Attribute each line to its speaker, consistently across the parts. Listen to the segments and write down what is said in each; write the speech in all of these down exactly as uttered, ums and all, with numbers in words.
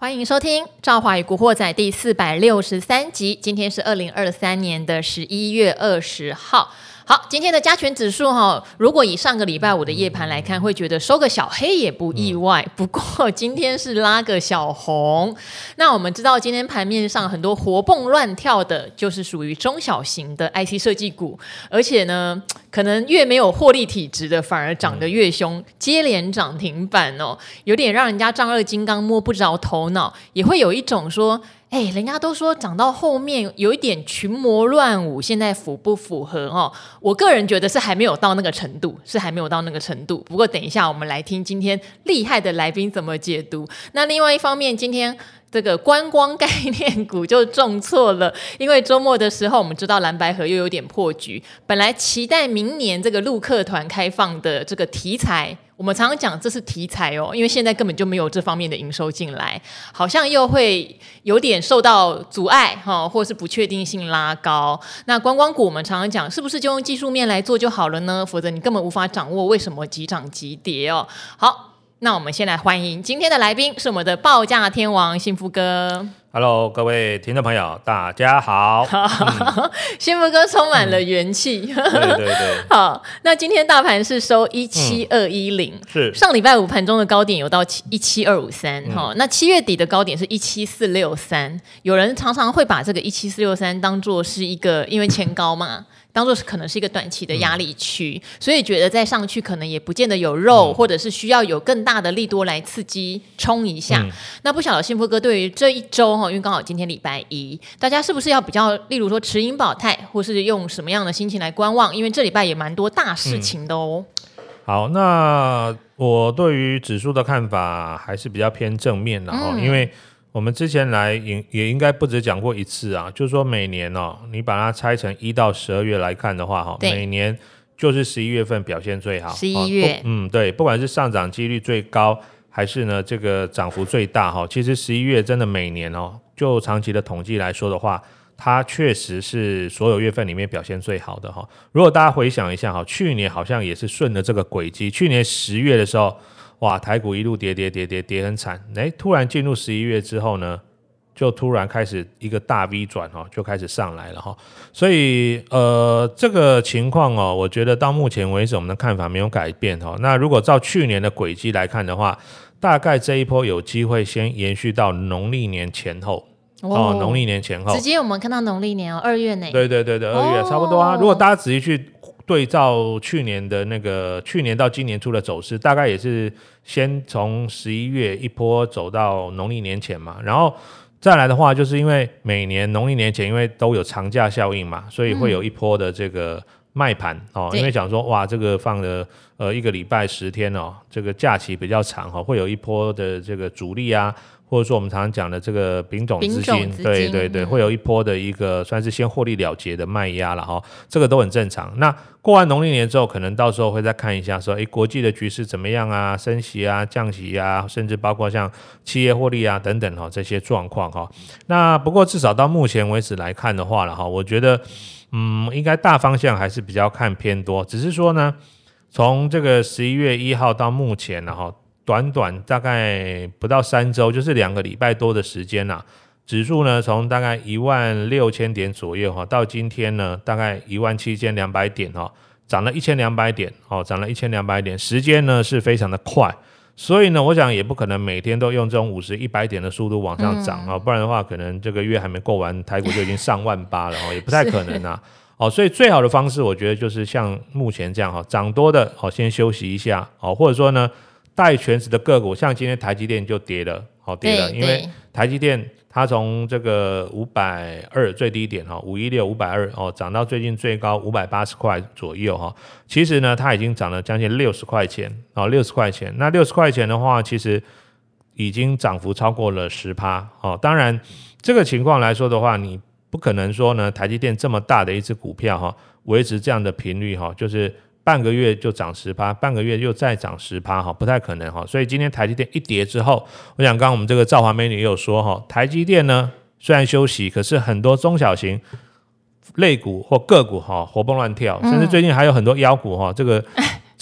Speaker 1: 欢迎收听《赵华与古惑仔》第四百六十三集，今天是二零二三年的十一月二十号。好，今天的加权指数哈，如果以上个礼拜五的夜盘来看，会觉得收个小黑也不意外。不过今天是拉个小红。那我们知道今天盘面上很多活蹦乱跳的，就是属于中小型的 I C 设计股，而且呢，可能越没有获利体质的，反而涨得越凶，接连涨停板哦，有点让人家丈二金刚摸不着头脑，也会有一种说。哎，人家都说涨到后面有一点群魔乱舞，现在符不符合哦？我个人觉得是还没有到那个程度，是还没有到那个程度。不过等一下我们来听今天厉害的来宾怎么解读。那另外一方面，今天这个观光概念股就重挫了，因为周末的时候我们知道蓝白合又有点破局，本来期待明年这个陆客团开放的这个题材。我们常常讲这是题材哦，因为现在根本就没有这方面的营收进来，好像又会有点受到阻碍、哦、或是不确定性拉高。那观光股我们常常讲是不是就用技术面来做就好了呢？否则你根本无法掌握为什么急涨急跌哦。好，那我们先来欢迎今天的来宾是我们的报价天王幸福哥。
Speaker 2: Hello， 各位听众朋友，大家好。
Speaker 1: 嗯、幸福哥充满了元气。
Speaker 2: 嗯、对对对。
Speaker 1: 好，那今天大盘是收一七二一零，是上礼拜五盘中的高点有到一七二五三，哈，那七月底的高点是一七四六三。有人常常会把这个一七四六三当作是一个，因为前高嘛。当作是可能是一个短期的压力区、嗯、所以觉得再上去可能也不见得有肉、嗯、或者是需要有更大的利多来刺激冲一下、嗯、那不晓得幸福哥对于这一周因为刚好今天礼拜一，大家是不是要比较例如说持盈保泰，或是用什么样的心情来观望，因为这礼拜也蛮多大事情的哦、嗯、
Speaker 2: 好，那我对于指数的看法还是比较偏正面的、嗯、因为我们之前来也应该不止讲过一次啊，就是说每年哦，你把它拆成一到十二月来看的话，每年就是十一月份表现最好。
Speaker 1: 十一月、哦，
Speaker 2: 嗯，对，不管是上涨几率最高，还是呢这个涨幅最大哈，其实十一月真的每年哦，就长期的统计来说的话，它确实是所有月份里面表现最好的哈。如果大家回想一下哈，去年好像也是顺着这个轨迹，去年十月的时候。哇，台股一路跌跌跌跌跌很惨，哎，突然进入十一月之后呢，就突然开始一个大 V 转哦，就开始上来了哈。所以呃，这个情况哦，我觉得到目前为止我们的看法没有改变哈。那如果照去年的轨迹来看的话，大概这一波有机会先延续到农历年前后。哦，农历年前后，
Speaker 1: 直接我们看到农历年哦，二月呢？
Speaker 2: 对对对对，二月、哦、差不多啊。如果大家仔细去对照去年的那个去年到今年初的走势，大概也是先从十一月一波走到农历年前嘛，然后再来的话，就是因为每年农历年前因为都有长假效应嘛，所以会有一波的这个卖盘、嗯哦、因为讲说哇，这个放了呃一个礼拜十天哦，这个假期比较长哦，会有一波的这个主力啊。或者说我们常常讲的这个丙种资金，对对对，会有一波的一个算是先获利了结的卖压了哈，这个都很正常。那过完农历年之后，可能到时候会再看一下说，哎，国际的局势怎么样啊，升息啊、降息啊，甚至包括像企业获利啊等等哈这些状况哈。那不过至少到目前为止来看的话了哈，我觉得嗯，应该大方向还是比较看偏多，只是说呢，从这个十一月一号到目前了哈。短短大概不到三周，就是两个礼拜多的时间啦、啊。指数呢，从大概一万六千点左右哈，到今天呢，大概一万七千两百点哈，涨了一千两百点哦，涨了一千两百点，时间呢是非常的快，所以呢，我想也不可能每天都用这种五十、一百点的速度往上涨啊、嗯哦，不然的话，可能这个月还没过完，台股就已经上万八了哦，也不太可能啊。哦，所以最好的方式，我觉得就是像目前这样哈，涨多的哦，先休息一下哦，或者说呢。带权值的个股，像今天台积电就跌了，好跌了，因为台积电它从这个五百二最低点哈，五一六五百二哦，涨到最近最高五百八十块左右哈。其实呢，它已经涨了将近六十块钱哦，六十块钱。那六十块钱的话，其实已经涨幅超过了百分之十哦。当然，这个情况来说的话，你不可能说呢，台积电这么大的一只股票哈，维持这样的频率哈，就是。半个月就涨 百分之十， 半个月又再涨 百分之十， 不太可能。所以今天台积电一跌之后，我想刚刚我们这个兆华美女也有说，台积电呢虽然休息，可是很多中小型类股或个股活蹦乱跳，甚至最近还有很多妖股这个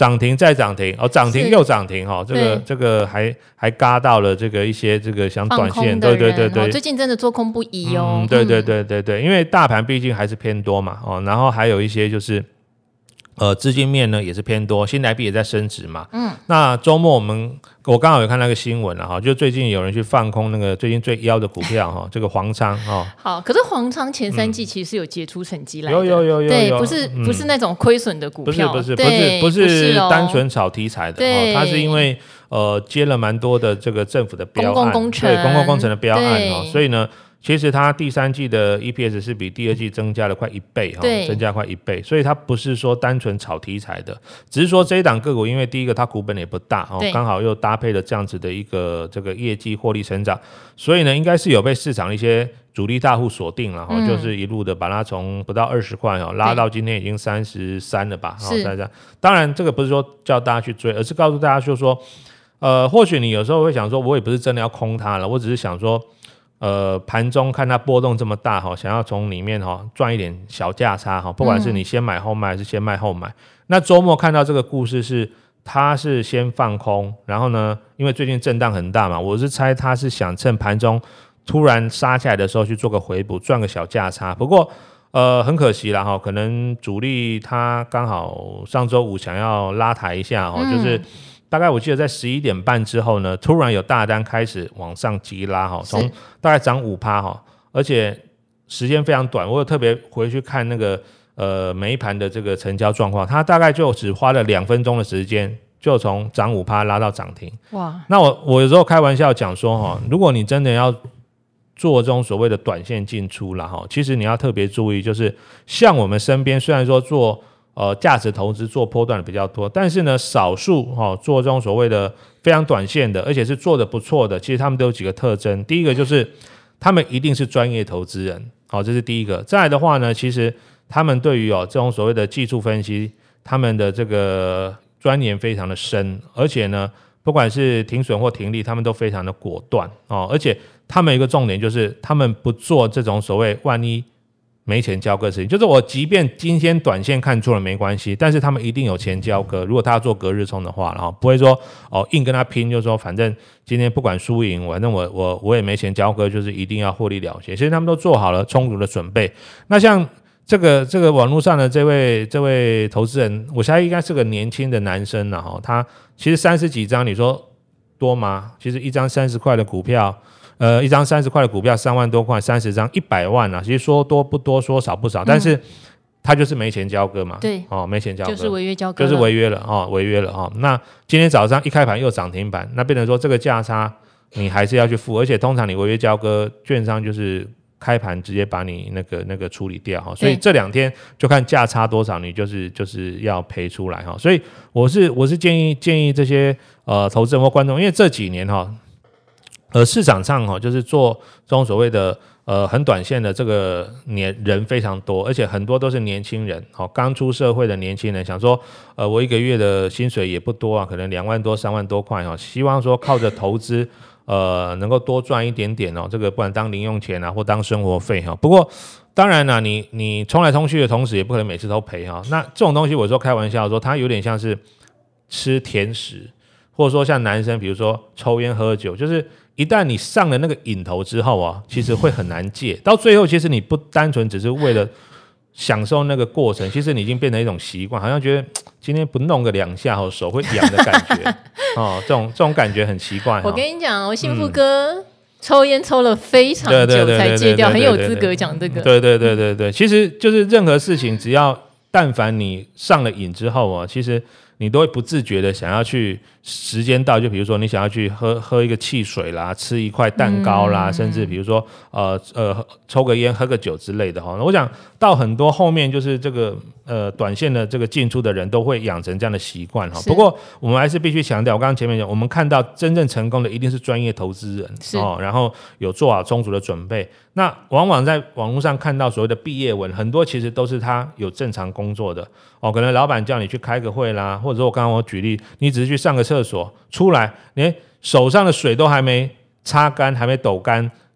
Speaker 2: 涨停再涨停，哦，涨停又涨停，哦，这个这个还还嘎到了这个一些这个像短线，对对对对，
Speaker 1: 最近真的做空不宜哦，
Speaker 2: 嗯，对对对对对，因为大盘毕竟还是偏多嘛，哦，然后还有一些就是。呃，资金面呢也是偏多，新台币也在升值嘛。嗯，那周末我们我刚好有看那个新闻了哈，就最近有人去放空那个最近最妖的股票哈，这个黄昌哈。
Speaker 1: 好，可是黄昌前三季其实有结出成绩来的，
Speaker 2: 有有有有，
Speaker 1: 对，不是不是那种亏损的股票，
Speaker 2: 不是不是不是不是单纯炒题材的，哦，它是因为呃接了蛮多的这个政府的标案，
Speaker 1: 公共工程，
Speaker 2: 对公共工程的标案哦，所以呢。其实它第三季的 E P S 是比第二季增加了快一倍，增加快一倍，所以它不是说单纯炒题材的，只是说这一档个股，因为第一个它股本也不大，刚好又搭配了这样子的一个这个业绩获利成长，所以呢，应该是有被市场一些主力大户锁定了，嗯，就是一路的把它从不到二十块拉到今天已经三十三了吧？是，当然这个不是说叫大家去追，而是告诉大家就说，呃，或许你有时候会想说，我也不是真的要空它了，我只是想说。呃，盘中看它波动这么大哈，想要从里面哈赚一点小价差哈，不管是你先买后卖还是先卖后买。嗯，那周末看到这个故事是，它是先放空，然后呢，因为最近震荡很大嘛，我是猜它是想趁盘中突然杀下来的时候去做个回补，赚个小价差。不过呃，很可惜啦哈，可能主力它刚好上周五想要拉抬一下哈，嗯，就是。大概我记得在十一点半之后呢，突然有大单开始往上急拉哈，从大概涨 百分之五 哈，而且时间非常短，我有特别回去看那个呃每一盘的这个成交状况，它大概就只花了两分钟的时间，就从涨 百分之五 拉到涨停。哇！那我我有时候开玩笑讲说哈，如果你真的要做这种所谓的短线进出啦哈，其实你要特别注意，就是像我们身边虽然说做。呃，价值投资做波段的比较多，但是呢，少数哈，哦，做这种所谓的非常短线的，而且是做的不错的，其实他们都有几个特征。第一个就是他们一定是专业投资人，好，这是第一个。再来的话呢，其实他们对于哦这种所谓的技术分析，他们的这个钻研非常的深，而且呢，不管是停损或停利，他们都非常的果断哦。而且他们有一个重点就是，他们不做这种所谓万一。没钱交割的事情，就是我即便今天短线看错了没关系，但是他们一定有钱交割。如果他要做隔日冲的话，然后不会说哦硬跟他拼，就是说反正今天不管输赢，反正我我我也没钱交割，就是一定要获利了结。其实他们都做好了充足的准备。那像这个这个网络上的这位这位投资人，我猜应该是个年轻的男生了哈。他其实三十几张，你说多吗？其实一张三十块的股票。呃，一张三十块的股票，三万多块，三十张一百万啊！其实说多不多，说少不少，嗯，但是他就是没钱交割嘛，
Speaker 1: 对，
Speaker 2: 哦，没钱交割，
Speaker 1: 就是违约交割，
Speaker 2: 就是违约了哦，违约了哦。那今天早上一开盘又涨停板，那变成说这个价差你还是要去付，而且通常你违约交割，券商就是开盘直接把你那个那个处理掉哈，所以这两天就看价差多少，你就是就是要赔出来哈。所以我是我是建议建议这些呃投资人或观众，因为这几年哈。呃，市场上哈，就是做这种所谓的呃很短线的这个年人非常多，而且很多都是年轻人，好，刚出社会的年轻人，想说，呃，我一个月的薪水也不多啊，可能两万多、三万多块哈，希望说靠着投资，呃，能够多赚一点点哦，这个不管当零用钱啊，或当生活费哈。不过当然啦，你你冲来冲去的同时，也不可能每次都赔哈。那这种东西，我说开玩笑说，它有点像是吃甜食，或者说像男生，比如说抽烟喝酒，就是。一旦你上了那个瘾头之后啊，其实会很难戒。到最后，其实你不单纯只是为了享受那个过程，其实你已经变成一种习惯，好像觉得今天不弄个两下，手会痒的感觉哦，这种这种感觉很奇怪。
Speaker 1: 我跟你讲，我幸福哥、嗯、抽烟抽了非常久才戒掉，很有资格讲这个。
Speaker 2: 对对对对对，其实就是任何事情，只要但凡你上了瘾之后啊，其实。你都会不自觉的想要去，时间到就比如说你想要去喝喝一个汽水啦，吃一块蛋糕啦，嗯、甚至比如说呃呃抽个烟喝个酒之类的哈。我想到很多后面就是这个呃短线的这个进出的人都会养成这样的习惯哈。不过我们还是必须强调，我刚刚前面讲，我们看到真正成功的一定是专业投资人哦，然后有做好充足的准备。那往往在网络上看到所谓的毕业文，很多其实都是他有正常工作的哦，可能老板叫你去开个会啦，或者说我刚刚我举例，你只是去上个厕所出来，连手上的水都还没擦干，还没抖干，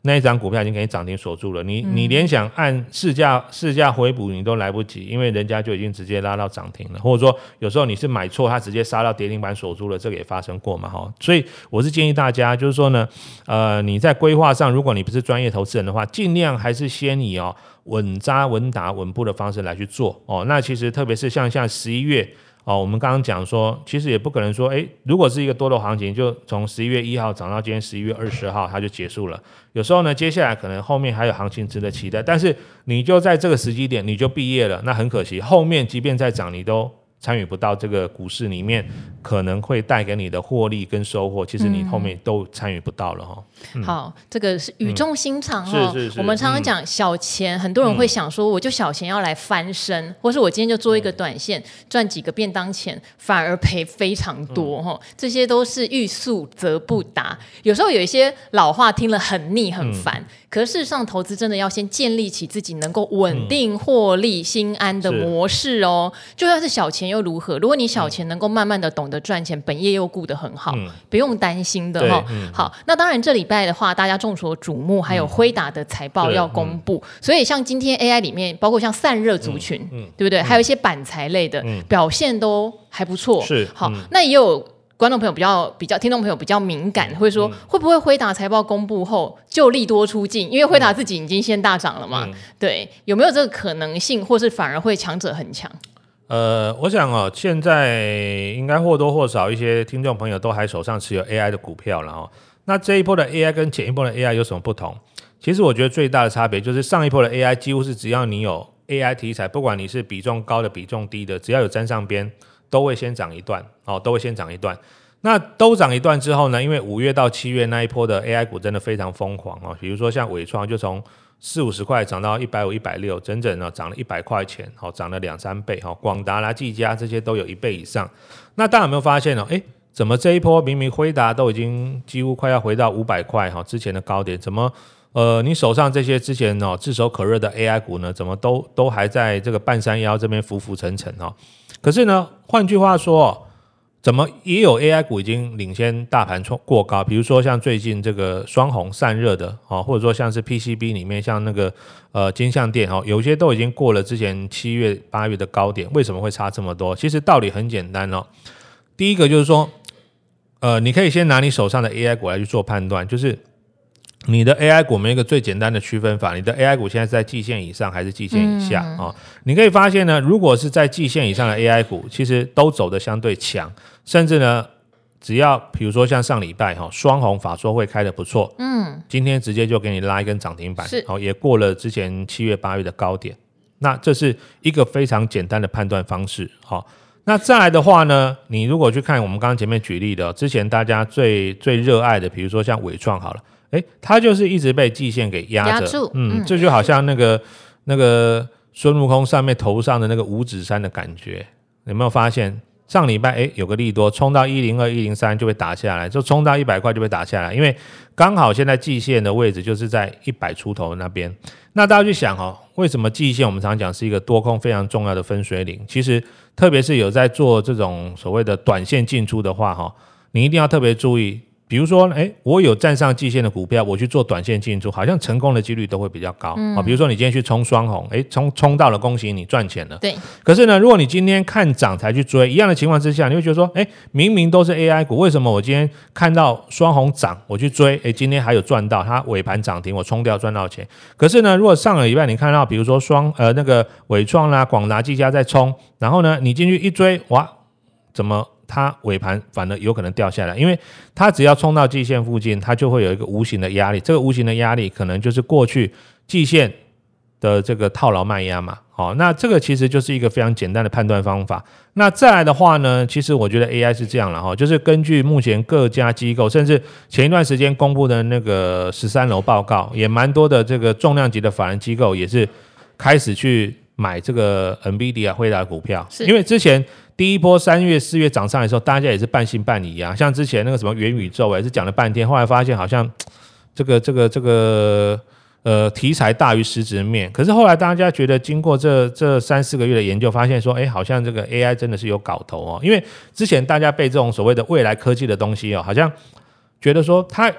Speaker 2: 那一张股票已经给你涨停锁住了，你、嗯、你连想按市价市价回补你都来不及，因为人家就已经直接拉到涨停了，或者说有时候你是买错，它直接杀到跌停板锁住了，这个也发生过嘛齁。所以我是建议大家就是说呢，呃，你在规划上，如果你不是专业投资人的话，尽量还是先以哦稳扎稳打稳步的方式来去做哦。那其实特别是像像十一月。哦，我们刚刚讲说，其实也不可能说，哎，如果是一个多头行情，就从十一月一号涨到今天十一月二十号，它就结束了。有时候呢，接下来可能后面还有行情值得期待，但是你就在这个时机点你就毕业了，那很可惜，后面即便再涨，你都参与不到这个股市里面可能会带给你的获利跟收获，其实你后面都参与不到了哈。
Speaker 1: 嗯、好，这个是语重心长哦。
Speaker 2: 是是是。
Speaker 1: 我们常常讲小钱，嗯、很多人会想说，我就小钱要来翻身，嗯、或是我今天就做一个短线，赚几个便当钱，反而赔非常多哈、嗯。这些都是欲速则不达。有时候有一些老话听了很腻很烦，嗯、可是事实上投资真的要先建立起自己能够稳定获利、心安的模式哦。就算是小钱又如何？如果你小钱能够慢慢的懂得赚钱，本业又顾得很好，嗯、不用担心的哈、嗯。好，那当然这礼拜的话，大家众所瞩目，还有辉达的财报要公布，嗯、所以像今天 A I 里面，包括像散热族群，嗯嗯、对不对？嗯、还有一些板材类的、嗯、表现都还不错。是好，嗯、那也有观众朋友比较比较，听众朋友比较敏感，会说、嗯、会不会辉达财报公布后就利多出尽？因为辉达自己已经先大涨了嘛，嗯、对，有没有这个可能性，或是反而会强者很强？
Speaker 2: 呃，我想哦，现在应该或多或少一些听众朋友都还手上持有 A I 的股票了哦。那这一波的 A I 跟前一波的 A I 有什么不同？其实我觉得最大的差别就是上一波的 A I 几乎是只要你有 A I 题材，不管你是比重高的比重低的，只要有沾上边，都会先涨一段哦，都会先涨一段。那都涨一段之后呢，因为五月到七月那一波的 A I 股真的非常疯狂哦，比如说像伟创就从四五十块涨到一百五、一百六，整整呢涨了一百块钱，好涨了两三倍，好广达啦、技嘉这些都有一倍以上。那大家有没有发现呢？哎，怎么这一波明明辉达都已经几乎快要回到五百块哈之前的高点，怎么呃你手上这些之前哦炙手可热的 A I 股呢，怎么都都还在这个半山腰这边浮浮沉沉哦？可是呢，换句话说。怎么也有 A I 股已经领先大盘过高，比如说像最近这个双虹散热的、哦、或者说像是 P C B 里面像那个呃金像电、哦、有些都已经过了之前七月八月的高点，为什么会差这么多？其实道理很简单哦。第一个就是说呃，你可以先拿你手上的 A I 股来去做判断，就是你的 A I 股没有一个最简单的区分法，你的 A I 股现在是在季线以上还是季线以下、嗯哦、你可以发现呢，如果是在季线以上的 A I 股其实都走得相对强，甚至呢只要比如说像上礼拜、哦、双虹法说会开得不错，嗯，今天直接就给你拉一根涨停板、哦、也过了之前七月八月的高点，那这是一个非常简单的判断方式、哦、那再来的话呢，你如果去看我们刚刚前面举例的、哦、之前大家最最热爱的比如说像伟创好了，哎，它就是一直被季线给压着，嗯，这就好像那个那个孙悟空上面头上的那个五指山的感觉，有没有发现？上礼拜哎有个利多冲到一零二、一零三就被打下来，就冲到一百块就被打下来，因为刚好现在季线的位置就是在一百出头那边。那大家去想哦，为什么季线我们常讲是一个多空非常重要的分水岭？其实特别是有在做这种所谓的短线进出的话哈，你一定要特别注意。比如说，哎，我有站上季线的股票，我去做短线进出，好像成功的几率都会比较高。嗯、比如说你今天去冲双红，哎，冲冲到了，恭喜你赚钱了。
Speaker 1: 对。
Speaker 2: 可是呢，如果你今天看涨才去追，一样的情况之下，你会觉得说，哎，明明都是 A I 股，为什么我今天看到双红涨，我去追，哎，今天还有赚到，它尾盘涨停，我冲掉赚到钱。可是呢，如果上个礼拜你看到，比如说双呃那个伟创啦、广达、技嘉在冲，然后呢，你进去一追，哇，怎么？它尾盘反而有可能掉下来，因为它只要冲到季线附近，它就会有一个无形的压力，这个无形的压力可能就是过去季线的这个套牢卖压嘛。好，那这个其实就是一个非常简单的判断方法。那再来的话呢，其实我觉得 A I 是这样了，就是根据目前各家机构，甚至前一段时间公布的那个十三楼报告，也蛮多的这个重量级的法人机构也是开始去买这个 NVIDIA 辉达的股票，因为之前第一波三月四月涨上来的时候，大家也是半信半疑啊。像之前那个什么元宇宙也是讲了半天，后来发现好像这个这个这个呃题材大于实质面。可是后来大家觉得，经过这这三四个月的研究，发现说，哎，好像这个 A I 真的是有搞头哦。因为之前大家被这种所谓的未来科技的东西哦，好像觉得说它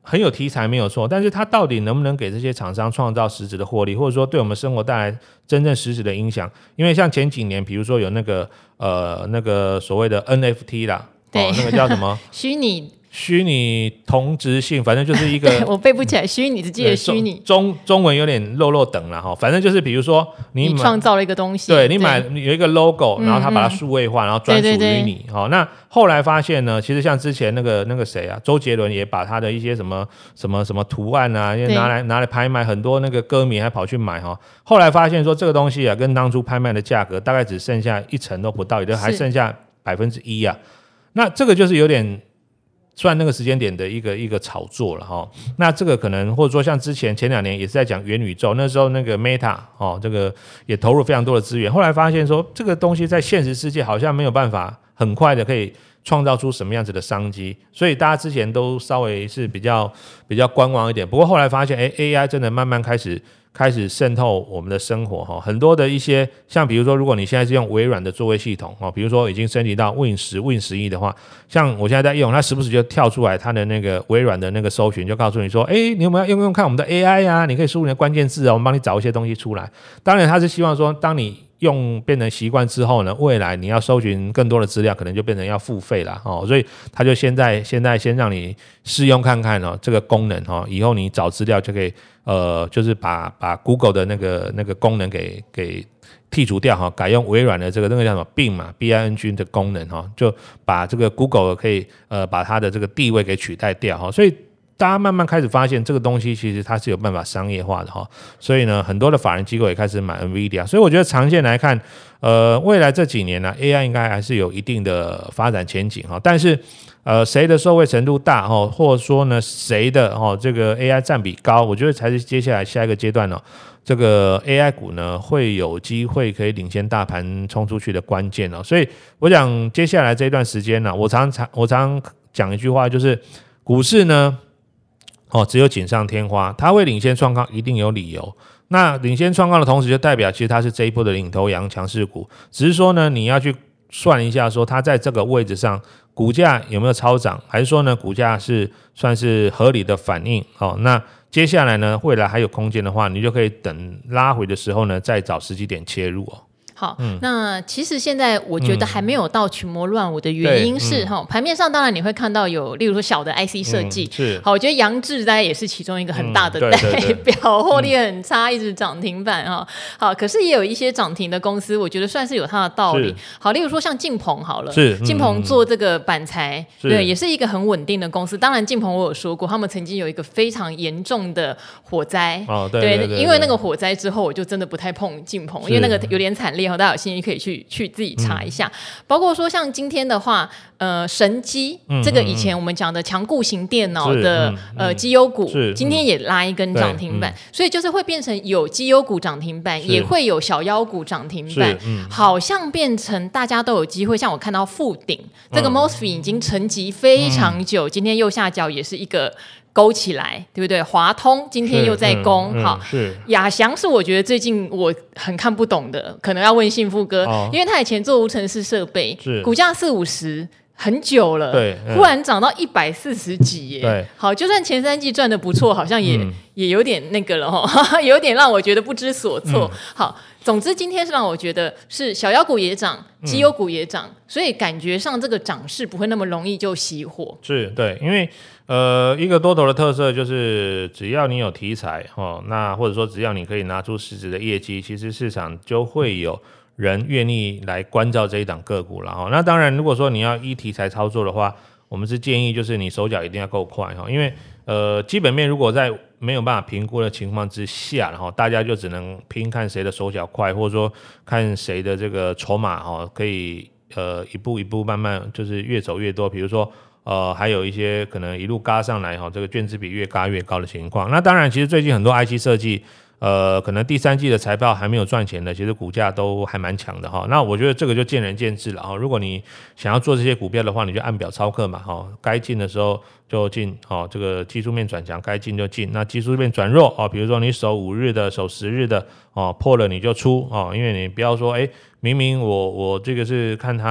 Speaker 2: 很有题材没有错，但是它到底能不能给这些厂商创造实质的获利，或者说对我们生活带来真正实质的影响？因为像前几年，比如说有那个呃那个所谓的 N F T 啦，
Speaker 1: 对，
Speaker 2: 哦、那个叫什么
Speaker 1: 虚拟。
Speaker 2: 虚拟同质性，反正就是一个
Speaker 1: 我背不起来，虚拟只记得虚拟，
Speaker 2: 中中文有点漏漏等了哈。反正就是比如说你
Speaker 1: 你创造了一个东西，
Speaker 2: 对你买有一个 logo， 然后他把它数位化，嗯、然后专属于你。好、哦，那后来发现呢，其实像之前那个那个谁啊，周杰伦也把他的一些什么什么什么图案啊，拿来拿来拍卖，很多那个歌迷还跑去买哈、哦。后来发现说这个东西啊，跟当初拍卖的价格大概只剩下一成都不到，也就还剩下百分之一啊。那这个就是有点。算那个时间点的一个一个炒作了哈，那这个可能或者说像之前前两年也是在讲元宇宙，那时候那个 Meta 哦，这个也投入非常多的资源，后来发现说这个东西在现实世界好像没有办法很快的可以创造出什么样子的商机，所以大家之前都稍微是比较比较观望一点，不过后来发现哎 A I 真的慢慢开始。开始渗透我们的生活哈，很多的一些像比如说，如果你现在是用微软的作业系统哦，比如说已经升级到 Win 十、Win 十一的话，像我现在在用，它时不时就跳出来它的那个微软的那个搜寻，就告诉你说，哎，你有没有用用看我们的 A I 啊？你可以输入你的关键字啊，我们帮你找一些东西出来。当然，它是希望说，当你用变成习惯之后呢，未来你要搜寻更多的资料，可能就变成要付费啦哦，所以他就现在现在先让你试用看看哦，这个功能哦，以后你找资料就可以。呃，就是把把 Google 的那个那个功能给给剔除掉哈，改用微软的这个那个叫什么 Bing 嘛 ，B I N G 的功能哈，就把这个 Google 可以呃把它的这个地位给取代掉哈，所以大家慢慢开始发现这个东西其实它是有办法商业化的哈，所以呢，很多的法人机构也开始买 NVIDIA， 所以我觉得长线来看，呃，未来这几年呢、啊、，A I 应该还是有一定的发展前景哈，但是。呃，谁的受惠程度大哦，或者说呢，谁的哦这个 A I 占比高，我觉得才是接下来下一个阶段哦，这个 A I 股呢会有机会可以领先大盘冲出去的关键哦。所以我想接下来这一段时间呢、啊，我常常我常常讲一句话，就是股市呢，哦只有锦上添花，它会领先创高，一定有理由。那领先创高的同时，就代表其实它是这一波的领头羊强势股，只是说呢，你要去算一下，说它在这个位置上。股价有没有超涨，还是说呢股价是算是合理的反应、哦、那接下来呢未来还有空间的话，你就可以等拉回的时候呢再找时机点切入哦。
Speaker 1: 好、嗯，那其实现在我觉得还没有到群魔乱舞的原因是哈、嗯，盘面上当然你会看到有，例如说小的 I C 设计、嗯，是好，我觉得扬智大概也是其中一个很大的代表，获利很差，一直涨停板哈。好，可是也有一些涨停的公司，我觉得算是有它的道理。好，例如说像晋鹏好了，是晋鹏做这个板材，对，也是一个很稳定的公司。当然晋鹏我有说过，他们曾经有一个非常严重的火灾，哦，对对对对对，因为那个火灾之后，我就真的不太碰晋鹏，因为那个有点惨烈。大家有兴趣可以去去自己查一下、嗯、包括说像今天的话呃，神机、嗯、这个以前我们讲的强固型电脑的、嗯、呃绩优股今天也拉一根涨停板、嗯、所以就是会变成有绩优股涨停板也会有小妖股涨停板、嗯、好像变成大家都有机会。像我看到富鼎、嗯、这个 M O S F E T 已经沉寂非常久、嗯、今天右下角也是一个勾起来，对不对？华通今天又在攻、嗯嗯、好，亚翔是我觉得最近我很看不懂的，可能要问幸福哥、哦、因为他以前做无尘室设备，股价四五十很久了，对、嗯，忽然涨到一百四十几耶，对，好，就算前三季赚的不错，好像也、嗯、也有点那个了哈，有点让我觉得不知所措、嗯、好，总之今天是让我觉得是小妖股也涨，绩优股也涨、嗯、所以感觉上这个涨势不会那么容易就熄火，是，对，因为呃，一个多头的特色就是只要你有题材、哦、那或者说只要你可以拿出实质的业绩，其实市场就会有人愿意来关照这一档个股了、哦、那当然如果说你要依题材操作的话，我们是建议就是你手脚一定要够快、哦、因为呃，基本面如果在没有办法评估的情况之下，然后大家就只能拼看谁的手脚快，或者说看谁的这个筹码、哦、可以呃一步一步慢慢就是越走越多，比如说呃，还有一些可能一路嘎上来哈，这个券资比越嘎越高的情况。那当然，其实最近很多 I C 设计，呃，可能第三季的财报还没有赚钱的，其实股价都还蛮强的哈。那我觉得这个就见仁见智了哈。如果你想要做这些股票的话，你就按表操课嘛哈，该进的时候就进哦，这个技术面转强该进就进。那技术面转弱哦，比如说你守五日的、守十日的哦，破了你就出哦，因为你不要说哎，明明我我这个是看它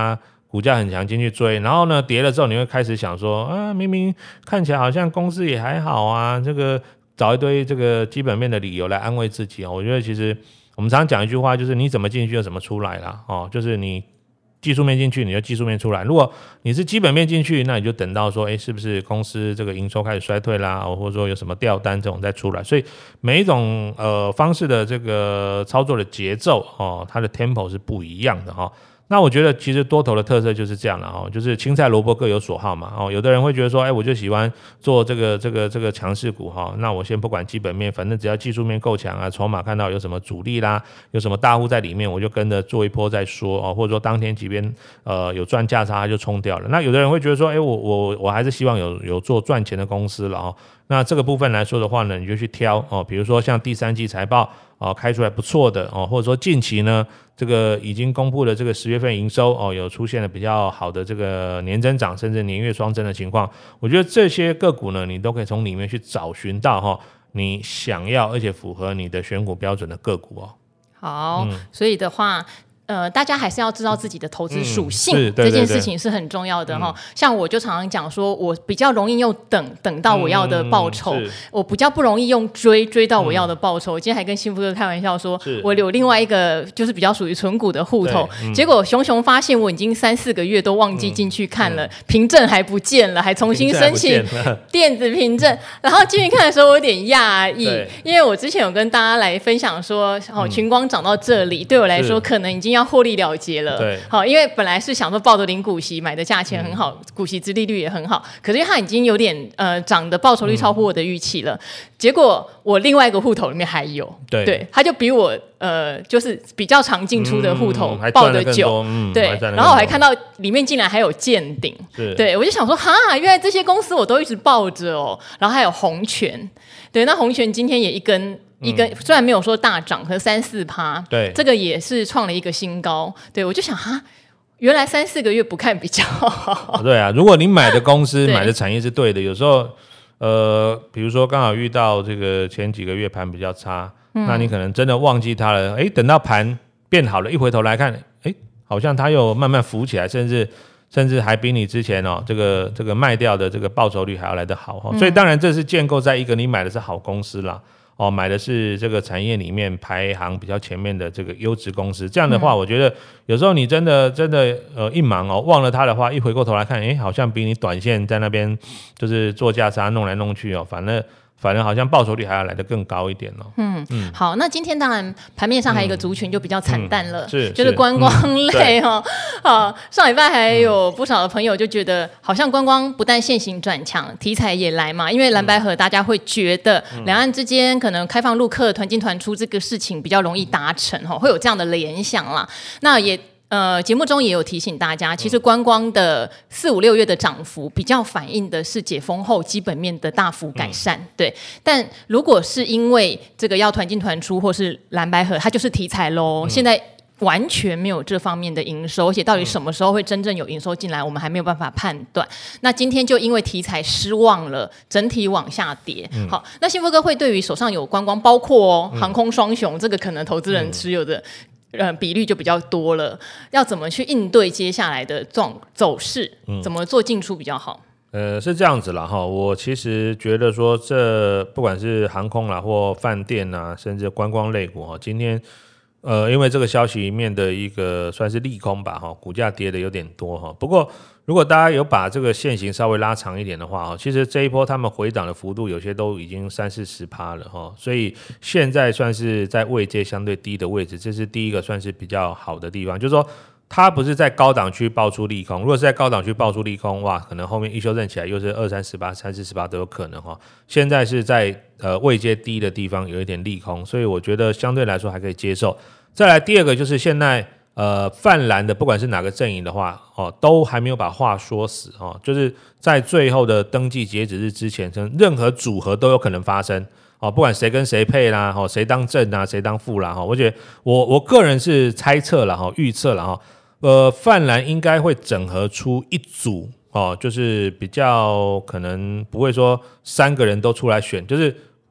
Speaker 2: 股价很强进去追，然后呢跌了之后，你会开始想说，啊，明明看起来好像公司也还好啊，这个找一堆这个基本面的理由来安慰自己哦。我觉得其实我们常常讲一句话，就是你怎么进去就怎么出来啦哦，就是你技术面进去，你就技术面出来。如果你是基本面进去，那你就等到说，哎，是不是公司这个营收开始衰退啦，或者说有什么调单这种再出来。所以每一种呃方式的这个操作的节奏哦，它的 tempo 是不一样的哈、哦。那我觉得其实多头的特色就是这样了哦，就是青菜萝卜各有所好嘛哦。有的人会觉得说，哎，我就喜欢做这个这个这个强势股哈、哦，那我先不管基本面，反正只要技术面够强啊，筹码看到有什么主力啦，有什么大户在里面，我就跟着做一波再说哦，或者说当天即便呃有赚价差就冲掉了。那有的人会觉得说，哎，我我我还是希望有有做赚钱的公司了哦。那这个部分来说的话呢，你就去挑哦，比如说像第三季财报哦开出来不错的哦，或者说近期呢这个已经公布的这个十月份营收哦有出现了比较好的这个年增长甚至年月双增的情况，我觉得这些个股呢你都可以从里面去找寻到哈、哦、你想要而且符合你的选股标准的个股哦。
Speaker 1: 好、
Speaker 2: 嗯、
Speaker 1: 所以的话呃，大家还是要知道自己的投资属性、
Speaker 2: 嗯、
Speaker 1: 这件事情是很重要的哈、嗯。像我就常常讲说，我比较容易用等等到我要的报酬、嗯，我比较不容易用追追到我要的报酬。嗯、我今天还跟幸福哥开玩笑说，我有另外一个就是比较属于存股的户头、嗯，结果熊熊发现我已经三四个月都忘记进去看了，凭、嗯、证还不见了，还重新申请电子凭证，然后进去看的时候我有点讶异，因为我之前有跟大家来分享说，哦，群光涨到这里，对我来说可能已经要获利了结了，对，好，因为本来是想说抱着领股息买的价钱很好、嗯，股息殖利率也很好，可是因为它已经有点呃涨的报酬率超乎我的预期了、嗯，结果我另外一个户头里面还有，对，对它就比我呃就是比较常进出的户头抱得久、嗯，对，然后我还看到里面竟然还有见顶，对，我就想说哈，原来这些公司我都一直抱着哦，然后还有宏全，对，那宏全今天也一根。一根虽然没有说大涨，可是三四趴，对，这个也是创了一个新高。对，我就想哈，原来三四个月不看比较好。
Speaker 2: 对啊，如果你买的公司买的产业是对的，有时候呃，比如说刚好遇到这个前几个月盘比较差、嗯，那你可能真的忘记它了。哎，等到盘变好了，一回头来看，哎，好像它又慢慢浮起来，甚至。甚至还比你之前哦，这个这个卖掉的这个报酬率还要来得好、嗯、所以当然这是建构在一个你买的是好公司啦，哦，买的是这个产业里面排行比较前面的这个优质公司，这样的话，我觉得有时候你真的真的呃一忙哦，忘了它的话，一回过头来看，哎，好像比你短线在那边就是做价差弄来弄去哦，反正。反正好像报酬率还要来得更高一点哦。
Speaker 1: 嗯嗯，好，那今天当然盘面上还有一个族群就比较惨淡了，嗯、是就是观光类哈、嗯。好，上礼拜还有不少的朋友就觉得，好像观光不但现行转强，题材也来嘛，因为蓝白合大家会觉得两岸之间可能开放陆客团进团出这个事情比较容易达成哈，会有这样的联想啦。那也。呃，节目中也有提醒大家，其实观光的四五六月的涨幅比较反映的是解封后基本面的大幅改善，嗯、对。但如果是因为这个要团进团出或是蓝白合，它就是题材咯、嗯、现在完全没有这方面的营收，而且到底什么时候会真正有营收进来，我们还没有办法判断。那今天就因为题材失望了，整体往下跌。嗯、好，那幸福哥会对于手上有观光，包括哦、嗯、航空双雄，这个可能投资人持有的。嗯呃，比率就比较多了，要怎么去应对接下来的状走势、嗯？怎么做进出比较好？
Speaker 2: 呃，是这样子啦哈。我其实觉得说，这不管是航空啦，或饭店啊，甚至观光类股哈，今天呃，因为这个消息面的一个算是利空吧哈，股价跌的有点多哈。不过，如果大家有把这个线型稍微拉长一点的话，其实这一波他们回档的幅度有些都已经三四十趴了哈，所以现在算是在位阶相对低的位置，这是第一个算是比较好的地方，就是说它不是在高档区爆出利空，如果是在高档区爆出利空，哇，可能后面一修正起来又是二三十八、三四十八都有可能哈。现在是在呃位阶低的地方有一点利空，所以我觉得相对来说还可以接受。再来第二个就是现在。呃，泛蓝的不管是哪个阵营的话，哦，都还没有把话说死哦，就是在最后的登记截止日之前，任何组合都有可能发生哦，不管谁跟谁配啦，哦，谁当正啊，谁当副啦，哈、哦，我觉得我我个人是猜测啦，哈、哦，预测啦，哈、哦，呃，泛蓝应该会整合出一组哦，就是比较可能不会说三个人都出来选，就是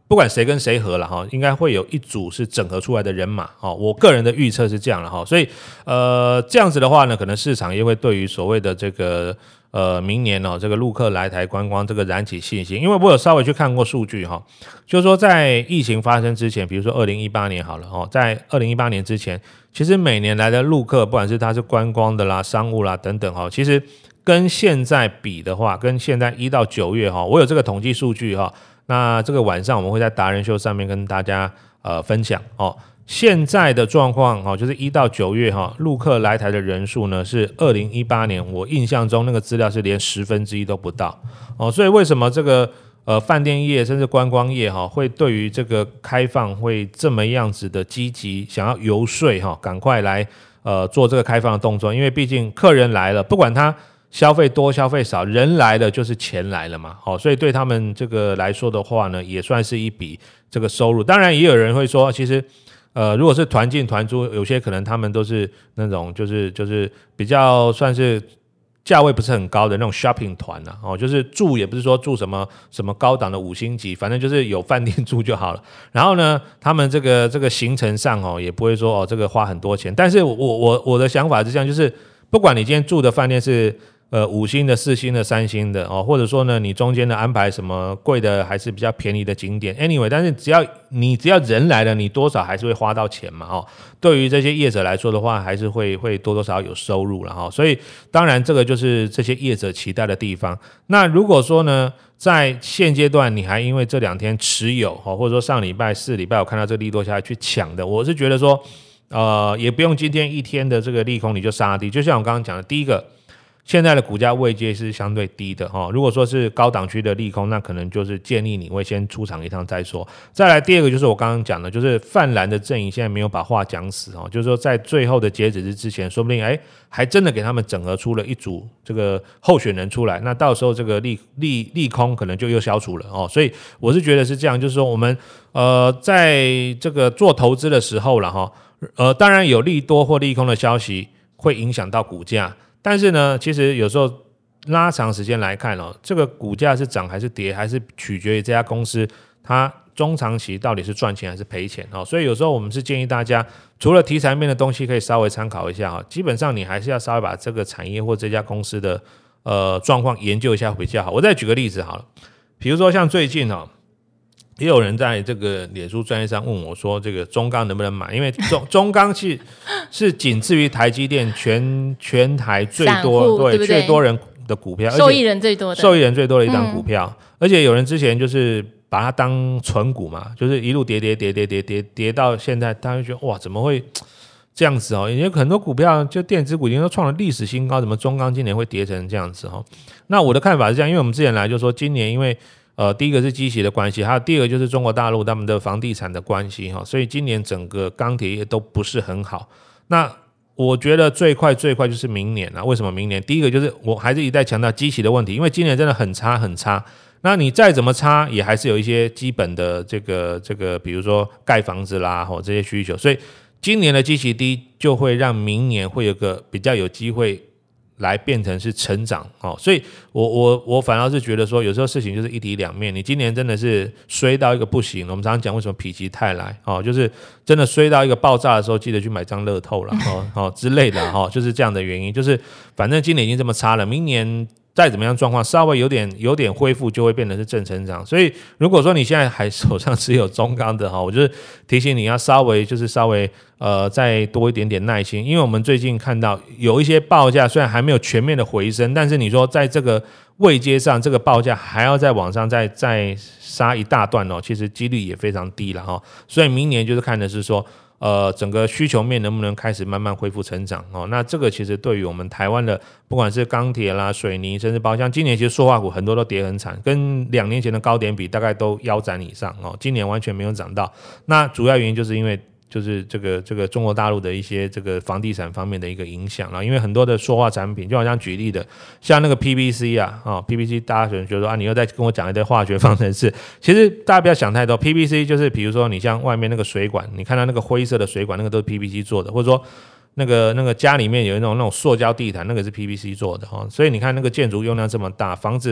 Speaker 2: 不管谁跟谁合了哈，应该会有一组是整合出来的人马哈。我个人的预测是这样了哈，所以呃这样子的话呢，可能市场也会对于所谓的这个呃明年哦这个陆客来台观光这个燃起信心，因为我有稍微去看过数据哈，就是说在疫情发生之前，比如说二零一八年好了哈，在二零一八年之前，其实每年来的陆客，不管是他是观光的啦、商务啦等等哈，其实跟现在比的话，跟现在一到九月哈，我有这个统计数据哈。那这个晚上我们会在达人秀上面跟大家呃分享哦。现在的状况哦，就是一到九月哈，陆客来台的人数呢是二零一八年，我印象中那个资料是连十分之一都不到哦。所以为什么这个呃饭店业甚至观光业哈会对于这个开放会这么样子的积极，想要游说哈，赶快来呃做这个开放的动作？因为毕竟客人来了，不管他消费多消费少，人来了就是钱来了嘛，好，所以对他们这个来说的话呢，也算是一笔这个收入。当然也有人会说，其实呃，如果是团进团出，有些可能他们都是那种就是就是比较算是价位不是很高的那种 shopping 团啊，哦，就是住也不是说住什么什么高档的五星级，反正就是有饭店住就好了。然后呢，他们这个这个行程上哦，也不会说哦这个花很多钱。但是我我我的想法是这样，就是不管你今天住的饭店是呃，五星的、四星的、三星的哦，或者说呢，你中间的安排什么贵的还是比较便宜的景点 ，anyway， 但是只要你只要人来了，你多少还是会花到钱嘛哦。对于这些业者来说的话，还是会会多多少少有收入了哈、哦。所以当然这个就是这些业者期待的地方。那如果说呢，在现阶段你还因为这两天持有哦，或者说上礼拜四礼拜我看到这个利多下来去抢的，我是觉得说，呃，也不用今天一天的这个利空你就杀低，就像我刚刚讲的，第一个。现在的股价位阶是相对低的哈，如果说是高档区的利空，那可能就是建议你会先出场一趟再说。再来第二个就是我刚刚讲的，就是泛蓝的阵营现在没有把话讲死哦，就是说在最后的截止日之前，说不定哎还真的给他们整合出了一组这个候选人出来，那到时候这个利利利空可能就又消除了哦。所以我是觉得是这样，就是说我们呃在这个做投资的时候了哈，呃当然有利多或利空的消息会影响到股价。但是呢，其实有时候拉长时间来看哦，这个股价是涨还是跌，还是取决于这家公司它中长期到底是赚钱还是赔钱哦。所以有时候我们是建议大家，除了题材面的东西可以稍微参考一下哈，基本上你还是要稍微把这个产业或这家公司的呃状况研究一下比较好。我再举个例子好了，比如说像最近哦。也有人在这个脸书专页上问我说：“这个中钢能不能买？因为中中钢是是仅次于台积电全全台最多 对, 对最多人的股票，
Speaker 1: 受益人最多的
Speaker 2: 受益人最多的一档股票、嗯。而且有人之前就是把它当存股嘛，就是一路跌跌跌跌跌跌跌到现在，大家就觉得哇，怎么会这样子哦？因为很多股票就电子股已经都创了历史新高，怎么中钢今年会跌成这样子哦？那我的看法是这样，因为我们之前来就说今年因为。呃，第一个是基期的关系，还有第二个就是中国大陆他们的房地产的关系哈，所以今年整个钢铁业都不是很好。那我觉得最快最快就是明年了。为什么明年？第一个就是我还是一再强调基期的问题，因为今年真的很差很差。那你再怎么差，也还是有一些基本的这个这个，比如说盖房子啦，吼这些需求，所以今年的基期低，就会让明年会有个比较有机会。来变成是成长、哦、所以我我我反而是觉得说，有时候事情就是一体两面。你今年真的是衰到一个不行，我们常常讲为什么否极泰来、哦、就是真的衰到一个爆炸的时候，记得去买张乐透啦、哦哦、之类的、哦、就是这样的原因。就是反正今年已经这么差了，明年再怎么样状况稍微有点有点恢复，就会变成是正成长。所以如果说你现在还手上持有中钢的、哦、我就是提醒你要稍微就是稍微呃再多一点点耐心，因为我们最近看到有一些报价虽然还没有全面的回升，但是你说在这个位阶上，这个报价还要再往上再再杀一大段哦，其实几率也非常低了哈、哦。所以明年就是看的是说。呃，整个需求面能不能开始慢慢恢复成长哦？那这个其实对于我们台湾的，不管是钢铁啦、水泥，甚至包括像今年其实塑化股很多都跌很惨，跟两年前的高点比，大概都腰斩以上哦。今年完全没有涨到，那主要原因就是因为。就是这个这个中国大陆的一些这个房地产方面的一个影响啦，因为很多的塑化产品，就好像举例的，像那个 P V C 啊，哦 P V C 大家可能觉得说啊，你又在跟我讲一堆化学方程式，其实大家不要想太多 ，P V C 就是比如说你像外面那个水管，你看到那个灰色的水管，那个都是 P V C 做的，或者说。那个那个家里面有那种那种塑胶地毯，那个是 P V C 做的哈，所以你看那个建筑用量这么大，房子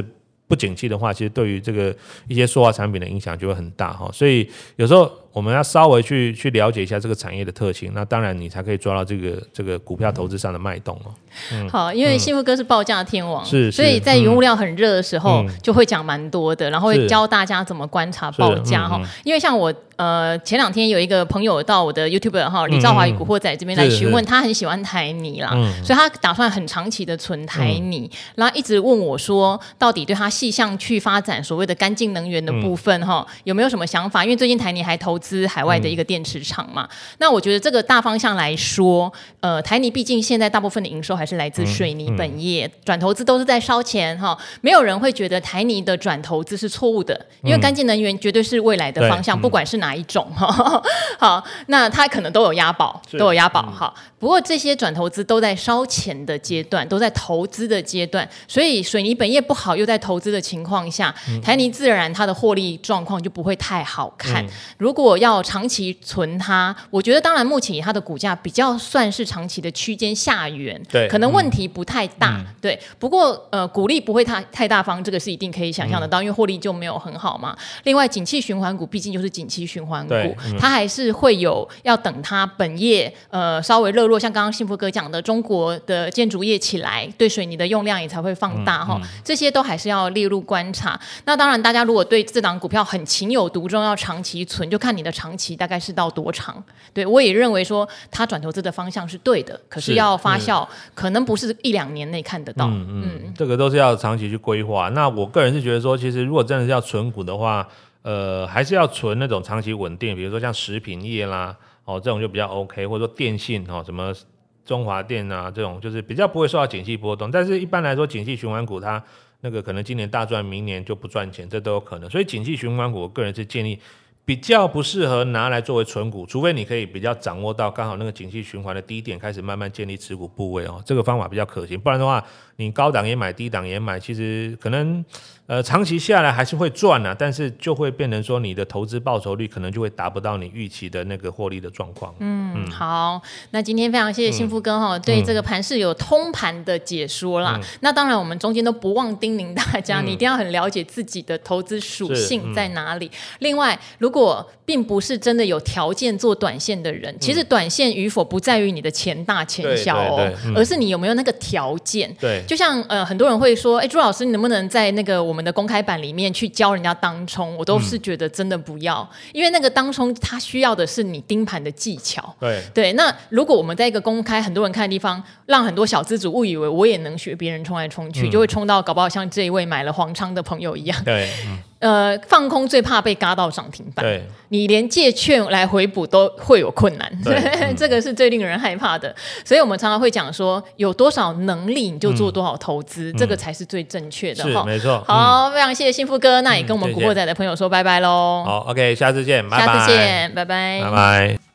Speaker 2: 不景气的话，其实对于这个一些塑化产品的影响就会很大哈。所以有时候我们要稍微去去了解一下这个产业的特性，那当然你才可以抓到这个这个股票投资上的脉动哦。
Speaker 1: 嗯、好，因为幸福哥是报价天王，
Speaker 2: 是、嗯，
Speaker 1: 所以在原物料很热的时候、嗯、就会讲蛮多的，然后会教大家怎么观察报价哈、嗯嗯。因为像我呃前两天有一个朋友到我的 YouTube 哈李兆华与古惑仔这边来询问，他很喜欢台泥啦、嗯，所以他打算很长期的存台泥、嗯，然后一直问我说，到底对他细项去发展所谓的干净能源的部分哈、嗯，有没有什么想法？因为最近台泥还投资海外的一个电池厂嘛、嗯，那我觉得这个大方向来说，呃，台泥毕竟现在大部分的营收还是来自水泥本业，嗯嗯、转投资都是在烧钱哈，没有人会觉得台泥的转投资是错误的，因为干净能源绝对是未来的方向，嗯、不管是哪一种哈。好，那它可能都有押宝，都有押宝哈、嗯。不过这些转投资都在烧钱的阶段，都在投资的阶段，所以水泥本业不好又在投资的情况下，嗯、台泥自然它的获利状况就不会太好看。嗯、如果要长期存它，我觉得当然目前它的股价比较算是长期的区间下缘，对，可能问题不太大，嗯、对。不过呃，股利不会太太大方，这个是一定可以想象得到，嗯、因为获利就没有很好嘛。另外，景气循环股毕竟就是景气循环股，嗯、它还是会有要等它本业呃稍微热络，像刚刚幸福哥讲的，中国的建筑业起来，对水泥的用量也才会放大哈、嗯嗯，这些都还是要列入观察。那当然，大家如果对这档股票很情有独钟，要长期存，就看你的长期大概是到多长。对，我也认为说它转投资的方向是对的，可是要发酵，嗯、可能不是一两年内看得到。嗯嗯，
Speaker 2: 嗯这个都是要长期去规划。那我个人是觉得说，其实如果真的是要存股的话，呃，还是要存那种长期稳定，比如说像食品业啦，哦，这种就比较 OK， 或者说电信哦，什么中华电啊，这种就是比较不会受到景气波动。但是一般来说，景气循环股它那个可能今年大赚，明年就不赚钱，这都有可能。所以景气循环股，我个人是建议比较不适合拿来作为存股，除非你可以比较掌握到刚好那个景气循环的低点，开始慢慢建立持股部位哦，这个方法比较可行。不然的话，你高档也买，低档也买，其实可能呃长期下来还是会赚啊，但是就会变成说你的投资报酬率可能就会达不到你预期的那个获利的状况。嗯，
Speaker 1: 嗯好，那今天非常谢谢幸福哥哈、嗯，对这个盘势有通盘的解说啦、嗯。那当然我们中间都不忘叮咛大家、嗯，你一定要很了解自己的投资属性在哪里。嗯、另外，如果并不是真的有条件做短线的人，其实短线与否不在于你的钱大钱小哦，对对对嗯、而是你有没有那个条件。对。就像呃很多人会说，哎，朱老师你能不能在那个我们的公开版里面去教人家当冲？我都是觉得真的不要，嗯、因为那个当冲它需要的是你盯盘的技巧。对对，那如果我们在一个公开很多人看的地方，让很多小资主误以为我也能学别人冲来冲去，嗯、就会冲到搞不好像这一位买了黄昌的朋友一样。对。嗯呃，放空最怕被嘎到涨停板，对，你连借券来回补都会有困难，对、嗯、这个是最令人害怕的。所以我们常常会讲说，有多少能力你就做多少投资，嗯、这个才是最正确的。
Speaker 2: 是，没错。
Speaker 1: 好，嗯、非常谢谢幸福哥，那也跟我们古惑仔的朋友说拜拜喽。
Speaker 2: 好 ，OK， 下次见，拜拜。
Speaker 1: 下次见，拜拜，
Speaker 2: 拜拜。